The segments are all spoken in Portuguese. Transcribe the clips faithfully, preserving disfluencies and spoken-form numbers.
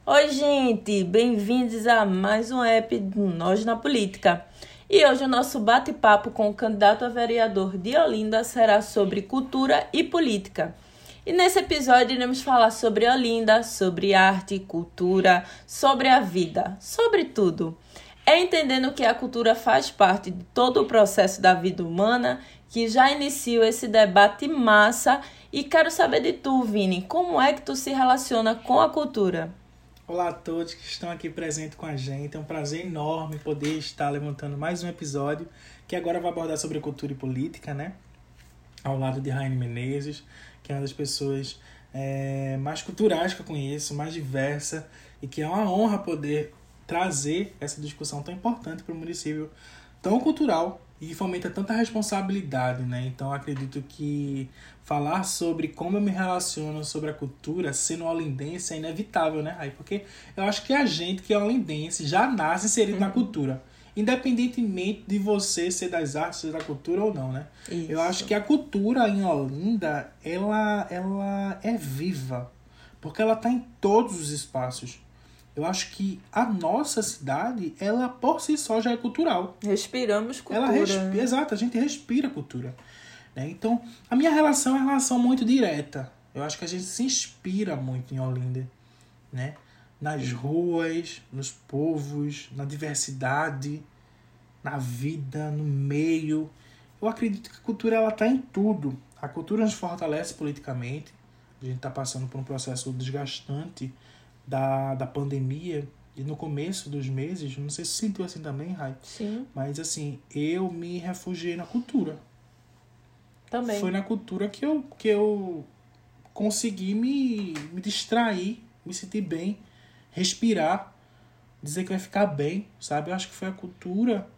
Oi, gente! Bem-vindos a mais um app do Nós na Política. E hoje o nosso bate-papo com o candidato a vereador de Olinda será sobre cultura e política. E nesse episódio iremos falar sobre Olinda, sobre arte, cultura, sobre a vida, sobre tudo. É entendendo que a cultura faz parte de todo o processo da vida humana que já inicio esse debate massa e quero saber de tu, Vini, como é que tu se relaciona com a cultura? Olá a todos que estão aqui presentes com a gente. É um prazer enorme poder estar levantando mais um episódio que agora vai abordar sobre cultura e política, né? Ao lado de Raine Menezes, que é uma das pessoas é, mais culturais que eu conheço, mais diversa, e que é uma honra poder trazer essa discussão tão importante para um município tão cultural e que fomenta tanta responsabilidade, né? Então, acredito que falar sobre como eu me relaciono sobre a cultura sendo olindense é inevitável, né, Rai? Porque eu acho que a gente que é olindense já nasce inserido uhum. na cultura, independentemente de você ser das artes, ser da cultura ou não, né? Isso. Eu acho que a cultura em Olinda, ela, ela é viva, porque ela está em todos os espaços. Eu acho que a nossa cidade, ela por si só já é cultural. Respiramos cultura. Ela respi- Exato, a gente respira cultura. Né? Então, a minha relação é uma relação muito direta. Eu acho que a gente se inspira muito em Olinda. Né? Nas ruas, nos povos, na diversidade, na vida, no meio. Eu acredito que a cultura está em tudo. A cultura nos fortalece politicamente. A gente está passando por um processo desgastante Da, da pandemia, e no começo dos meses, não sei se você sentiu assim também, Rai? Sim. Mas assim, eu me refugiei na cultura. Também. Foi na cultura que eu, que eu consegui me, me distrair, me sentir bem, respirar, dizer que vai ficar bem, sabe? Eu acho que foi a cultura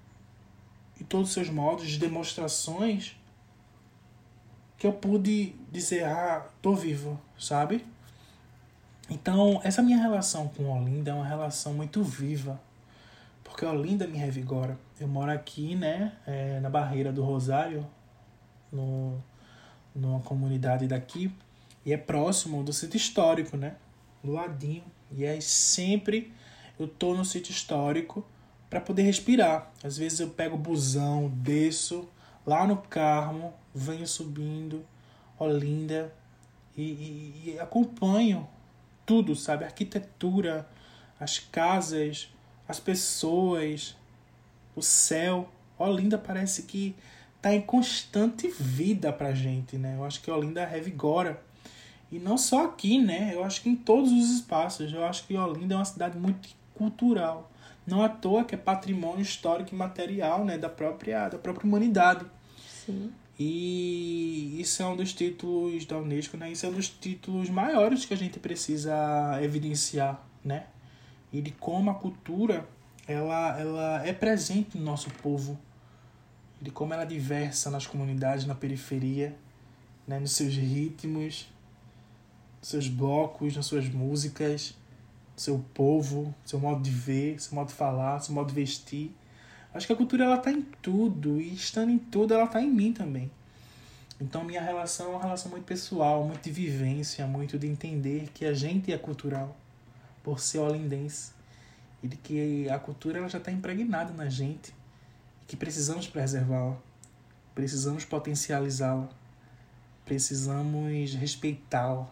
e todos os seus modos de demonstrações que eu pude dizer, ah, tô vivo, sabe? Então, essa minha relação com Olinda é uma relação muito viva, porque Olinda me revigora. Eu moro aqui, né, é, na Barreira do Rosário, no, numa comunidade daqui, e é próximo do sítio histórico, né, do ladinho. E aí sempre eu tô no sítio histórico para poder respirar. Às vezes eu pego o busão, desço lá no Carmo, venho subindo Olinda e, e, e acompanho tudo, sabe? A arquitetura, as casas, as pessoas, o céu. Olinda parece que tá em constante vida pra gente, né? Eu acho que Olinda revigora. E não só aqui, né? Eu acho que em todos os espaços. Eu acho que Olinda é uma cidade muito cultural. Não à toa que é patrimônio histórico e material, né? Da própria, da própria humanidade. Sim. E isso é um dos títulos da Unesco, né? Isso é um dos títulos maiores que a gente precisa evidenciar, né? E de como a cultura ela, ela é presente no nosso povo, de como ela é diversa nas comunidades, na periferia, né? Nos seus ritmos, nos seus blocos, nas suas músicas, no seu povo, seu modo de ver, seu modo de falar, seu modo de vestir. Acho que a cultura ela tá em tudo, e estando em tudo, ela tá em mim também. Então, minha relação é uma relação muito pessoal, muito de vivência, muito de entender que a gente é cultural, por ser olindense, e de que a cultura ela já está impregnada na gente, e que precisamos preservá-la, precisamos potencializá-la, precisamos respeitá-la,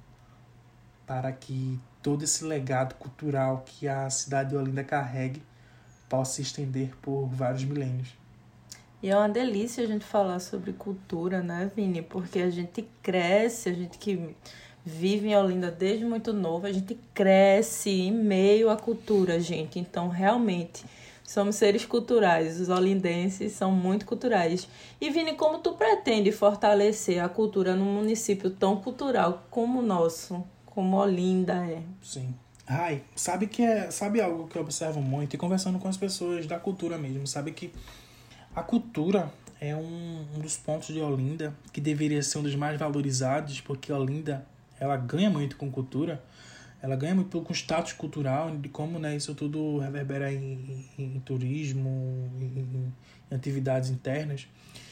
para que todo esse legado cultural que a cidade de Olinda carregue possa se estender por vários milênios. E é uma delícia a gente falar sobre cultura, né, Vini? Porque a gente cresce, a gente que vive em Olinda desde muito novo, a gente cresce em meio à cultura, gente. Então, realmente, somos seres culturais. Os olindenses são muito culturais. E, Vini, como tu pretende fortalecer a cultura num município tão cultural como o nosso, como Olinda é? Sim. Ai, sabe que é, sabe algo que eu observo muito e conversando com as pessoas da cultura mesmo, sabe que a cultura é um, um dos pontos de Olinda que deveria ser um dos mais valorizados, porque Olinda, ela ganha muito com cultura, ela ganha muito com status cultural, de como, né, isso tudo reverbera em, em, em turismo, em, em atividades internas.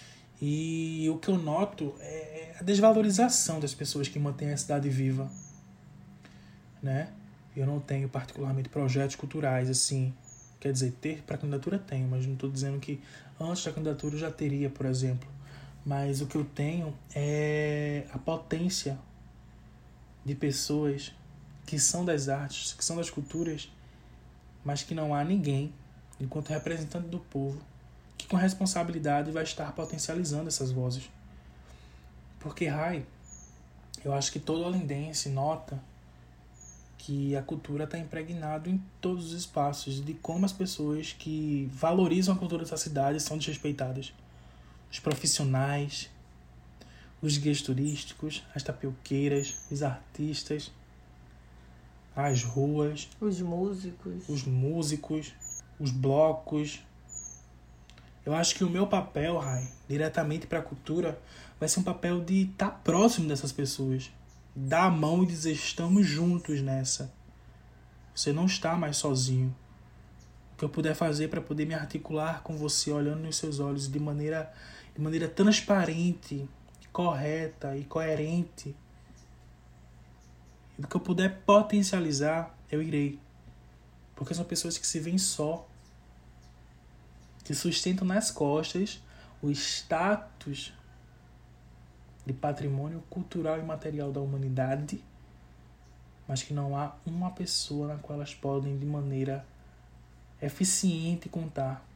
E o que eu noto é a desvalorização das pessoas que mantêm a cidade viva, né? Eu não tenho particularmente projetos culturais, assim. Quer dizer, ter para candidatura tenho, mas não estou dizendo que antes da candidatura eu já teria, por exemplo. Mas o que eu tenho é a potência de pessoas que são das artes, que são das culturas, mas que não há ninguém, enquanto representante do povo, que com responsabilidade vai estar potencializando essas vozes. Porque, Rai, eu acho que todo olindense nota que a cultura está impregnada em todos os espaços, de como as pessoas que valorizam a cultura dessa cidade são desrespeitadas. Os profissionais, os guias turísticos, as tapioqueiras, os artistas, as ruas, os músicos, os músicos, os blocos. Eu acho que o meu papel, Rai, diretamente para a cultura, vai ser um papel de estar próximo dessas pessoas, dar a mão e dizer, estamos juntos nessa. Você não está mais sozinho. O que eu puder fazer para poder me articular com você, olhando nos seus olhos de maneira, de maneira transparente, correta e coerente, o que eu puder potencializar, eu irei. Porque são pessoas que se veem só, que sustentam nas costas o status de patrimônio cultural e material da humanidade, mas que não há uma pessoa na qual elas podem, de maneira eficiente, contar.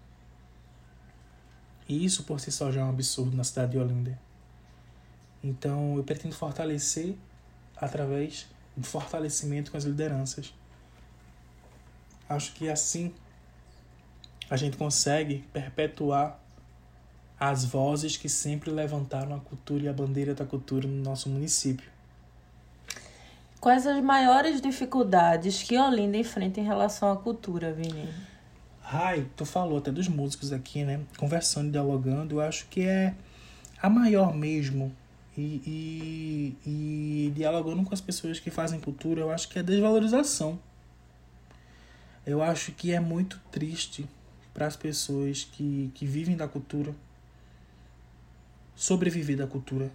E isso por si só já é um absurdo na cidade de Olinda. Então eu pretendo fortalecer através do fortalecimento com as lideranças. Acho que assim a gente consegue perpetuar as vozes que sempre levantaram a cultura e a bandeira da cultura no nosso município. Quais as maiores dificuldades que Olinda enfrenta em relação à cultura, Vini? Rai, tu falou até dos músicos aqui, né? Conversando, dialogando, eu acho que é a maior mesmo. E, e, e dialogando com as pessoas que fazem cultura, eu acho que é a desvalorização. Eu acho que é muito triste para as pessoas que, que vivem da cultura sobreviver da cultura.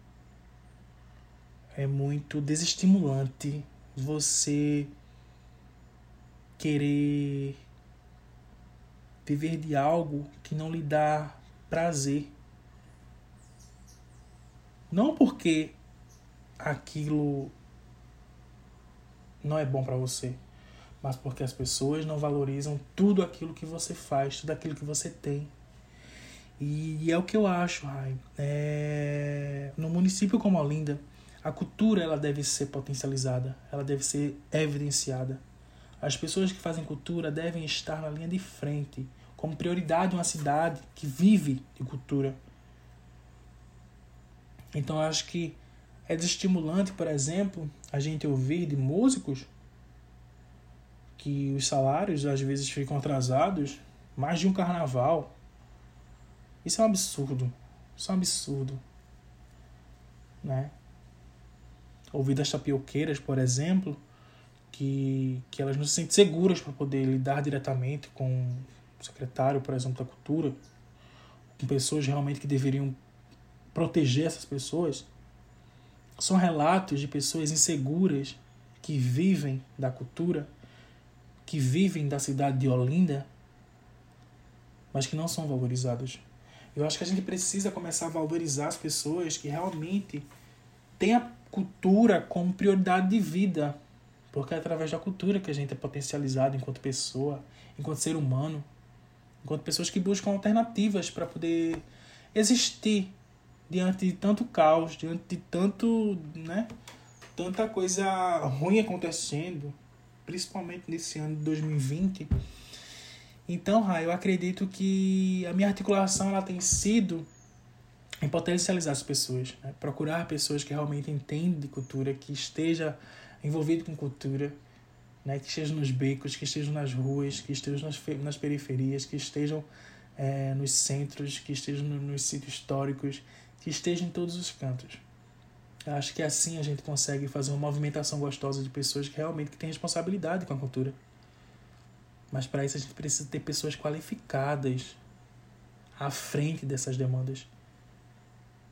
É muito desestimulante você querer viver de algo que não lhe dá prazer. Não porque aquilo não é bom para você, mas porque as pessoas não valorizam tudo aquilo que você faz, tudo aquilo que você tem. E é o que eu acho, Rai. É... No município como Olinda, a cultura ela deve ser potencializada, ela deve ser evidenciada. As pessoas que fazem cultura devem estar na linha de frente, como prioridade uma cidade que vive de cultura. Então eu acho que é desestimulante, por exemplo, a gente ouvir de músicos que os salários às vezes ficam atrasados, mais de um carnaval. Isso é um absurdo. Isso é um absurdo. Né? Ouvir das tapioqueiras, por exemplo, que, que elas não se sentem seguras para poder lidar diretamente com o secretário, por exemplo, da cultura, com pessoas realmente que deveriam proteger essas pessoas. São relatos de pessoas inseguras que vivem da cultura, que vivem da cidade de Olinda, mas que não são valorizadas. Eu acho que a gente precisa começar a valorizar as pessoas que realmente têm a cultura como prioridade de vida, porque é através da cultura que a gente é potencializado enquanto pessoa, enquanto ser humano, enquanto pessoas que buscam alternativas para poder existir diante de tanto caos, diante de tanto, né, tanta coisa ruim acontecendo, principalmente nesse ano de dois mil e vinte. Então, Rai, eu acredito que a minha articulação ela tem sido em potencializar as pessoas, né? Procurar pessoas que realmente entendem de cultura, que esteja envolvido com cultura, né? Que estejam nos becos, que estejam nas ruas, que estejam nas, nas periferias, que estejam é, nos centros, que estejam no, nos sítios históricos, que estejam em todos os cantos. Eu acho que assim a gente consegue fazer uma movimentação gostosa de pessoas que realmente que têm responsabilidade com a cultura. Mas para isso a gente precisa ter pessoas qualificadas à frente dessas demandas.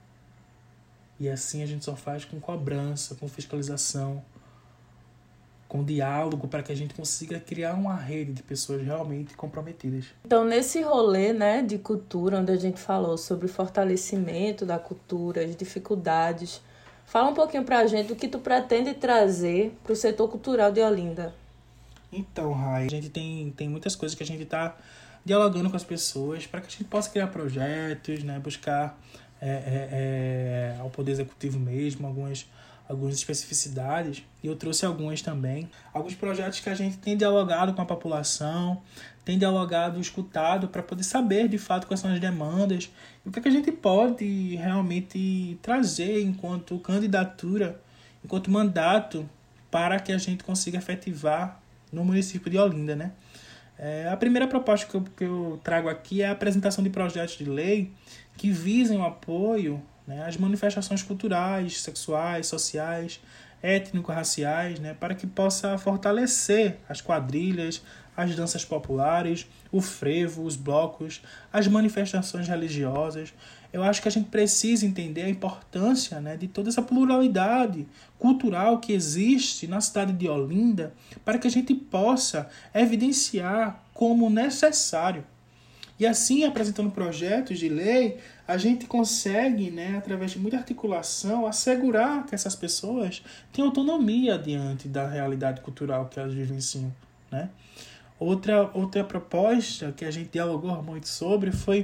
E assim a gente só faz com cobrança, com fiscalização, com diálogo, para que a gente consiga criar uma rede de pessoas realmente comprometidas. Então, nesse rolê, né, de cultura, onde a gente falou sobre o fortalecimento da cultura, as dificuldades, fala um pouquinho para a gente do que tu pretende trazer para o setor cultural de Olinda. Então, Rai, a gente tem, tem muitas coisas que a gente está dialogando com as pessoas para que a gente possa criar projetos, né, buscar é, é, é, ao Poder Executivo mesmo algumas, algumas especificidades, e eu trouxe algumas também. Alguns projetos que a gente tem dialogado com a população, tem dialogado, escutado, para poder saber de fato quais são as demandas e o que, é que a gente pode realmente trazer enquanto candidatura, enquanto mandato, para que a gente consiga efetivar no município de Olinda, né? É, a primeira proposta que eu, que eu trago aqui é a apresentação de projetos de lei que visem o apoio, né, às manifestações culturais, sexuais, sociais, étnico-raciais, né, para que possa fortalecer as quadrilhas, as danças populares, o frevo, os blocos, as manifestações religiosas. Eu acho que a gente precisa entender a importância, né, de toda essa pluralidade cultural que existe na cidade de Olinda, para que a gente possa evidenciar como necessário. E assim, apresentando projetos de lei, a gente consegue, né, através de muita articulação, assegurar que essas pessoas têm autonomia diante da realidade cultural que elas vivenciam, né? Outra, outra proposta que a gente dialogou muito sobre foi,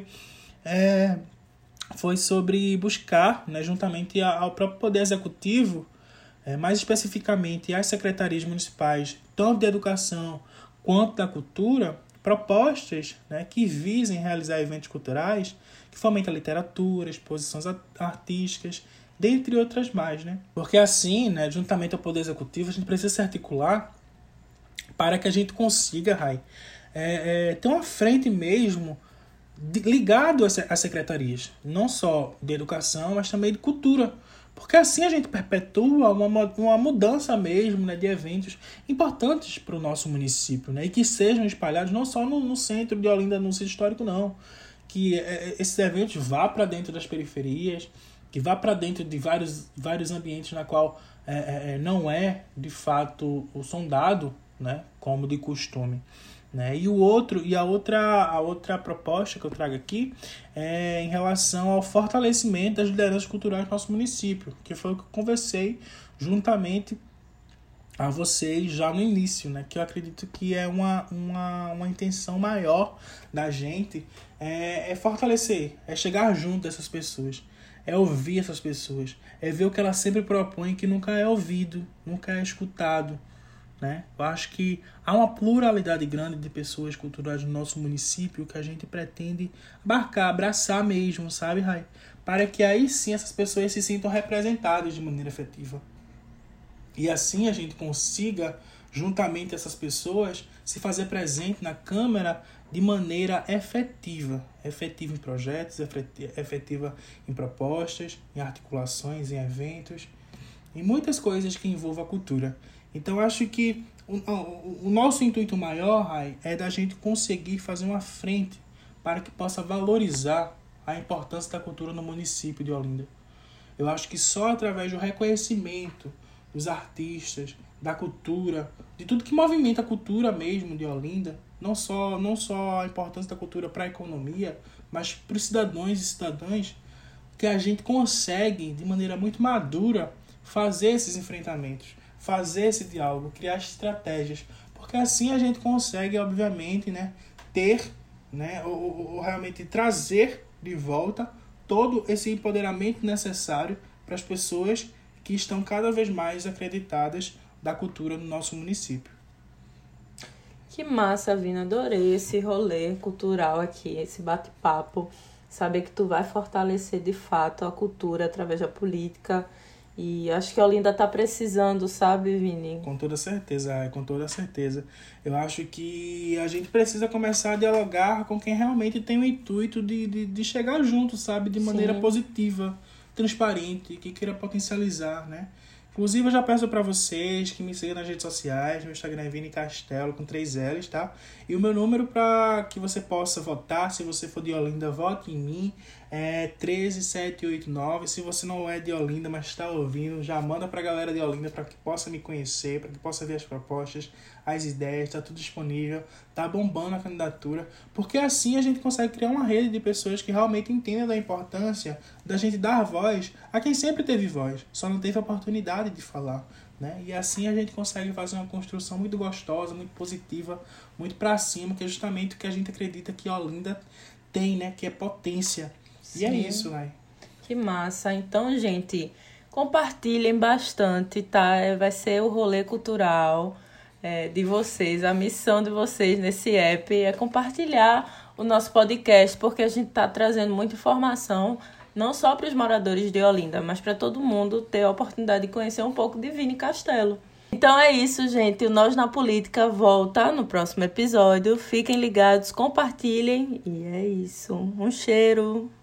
é, foi sobre buscar, né, juntamente ao próprio Poder Executivo, é, mais especificamente às secretarias municipais, tanto de educação quanto da cultura, propostas, né, que visem realizar eventos culturais que fomentem a literatura, exposições artísticas, dentre outras mais, né? Porque assim, né, juntamente ao Poder Executivo, a gente precisa se articular para que a gente consiga, Rai, é, é, ter uma frente mesmo de, ligado às, às secretarias, não só de educação, mas também de cultura. Porque assim a gente perpetua uma, uma mudança mesmo, né, de eventos importantes para o nosso município, né, e que sejam espalhados não só no, no centro de Olinda, no sítio histórico, não. Que é, esses eventos vá para dentro das periferias, que vá para dentro de vários, vários ambientes na qual é, é, não é, de fato, o sondado, né, como de costume. Né? E, o outro, e a, outra, a outra proposta que eu trago aqui é em relação ao fortalecimento das lideranças culturais do nosso município, que foi o que eu conversei juntamente a vocês já no início, né? Que eu acredito que é uma, uma, uma intenção maior da gente, é, é fortalecer, é chegar junto dessas pessoas, é ouvir essas pessoas, é ver o que elas sempre propõem que nunca é ouvido, nunca é escutado. Né? Eu acho que há uma pluralidade grande de pessoas culturais no nosso município que a gente pretende abarcar, abraçar mesmo, sabe, Rai? Para que aí sim essas pessoas se sintam representadas de maneira efetiva. E assim a gente consiga, juntamente essas pessoas, se fazer presente na Câmara de maneira efetiva. Efetiva em projetos, efetiva em propostas, em articulações, em eventos, em muitas coisas que envolvam a cultura. Então, acho que o, o, o nosso intuito maior, Rai, é da gente conseguir fazer uma frente para que possa valorizar a importância da cultura no município de Olinda. Eu acho que só através do reconhecimento dos artistas, da cultura, de tudo que movimenta a cultura mesmo de Olinda, não só, não só a importância da cultura para a economia, mas para os cidadãos e cidadãs, que a gente consegue, de maneira muito madura, fazer esses enfrentamentos, fazer esse diálogo, criar estratégias, porque assim a gente consegue, obviamente, né, ter, né, ou, ou realmente trazer de volta todo esse empoderamento necessário para as pessoas que estão cada vez mais acreditadas da cultura no nosso município. Que massa, Vina, adorei esse rolê cultural aqui, esse bate-papo, saber que tu vai fortalecer de fato a cultura através da política. E acho que a Olinda está precisando, sabe, Vini? Com toda certeza, com toda certeza. Eu acho que a gente precisa começar a dialogar com quem realmente tem o intuito de, de, de chegar junto, sabe? De maneira Sim. positiva, transparente, que queira potencializar, né? Inclusive, eu já peço para vocês que me sigam nas redes sociais. Meu Instagram é Vini Castelo, com três L's, tá? E o meu número para que você possa votar, se você for de Olinda, vote em mim, É treze sete oito nove. Se você não é de Olinda, mas está ouvindo, já manda pra galera de Olinda para que possa me conhecer, para que possa ver as propostas, as ideias, tá tudo disponível, tá bombando a candidatura, porque assim a gente consegue criar uma rede de pessoas que realmente entendem da importância da gente dar voz a quem sempre teve voz, só não teve a oportunidade de falar, né? E assim a gente consegue fazer uma construção muito gostosa, muito positiva, muito pra cima, que é justamente o que a gente acredita que Olinda tem, né? Que é potência. Sim. E é isso, vai. Que massa. Então, gente, compartilhem bastante, tá? Vai ser o rolê cultural é, de vocês. A missão de vocês nesse app é compartilhar o nosso podcast, porque a gente tá trazendo muita informação, não só para os moradores de Olinda, mas para todo mundo ter a oportunidade de conhecer um pouco de Vini Castelo. Então é isso, gente. O Nós na Política volta no próximo episódio. Fiquem ligados, compartilhem. E é isso. Um cheiro.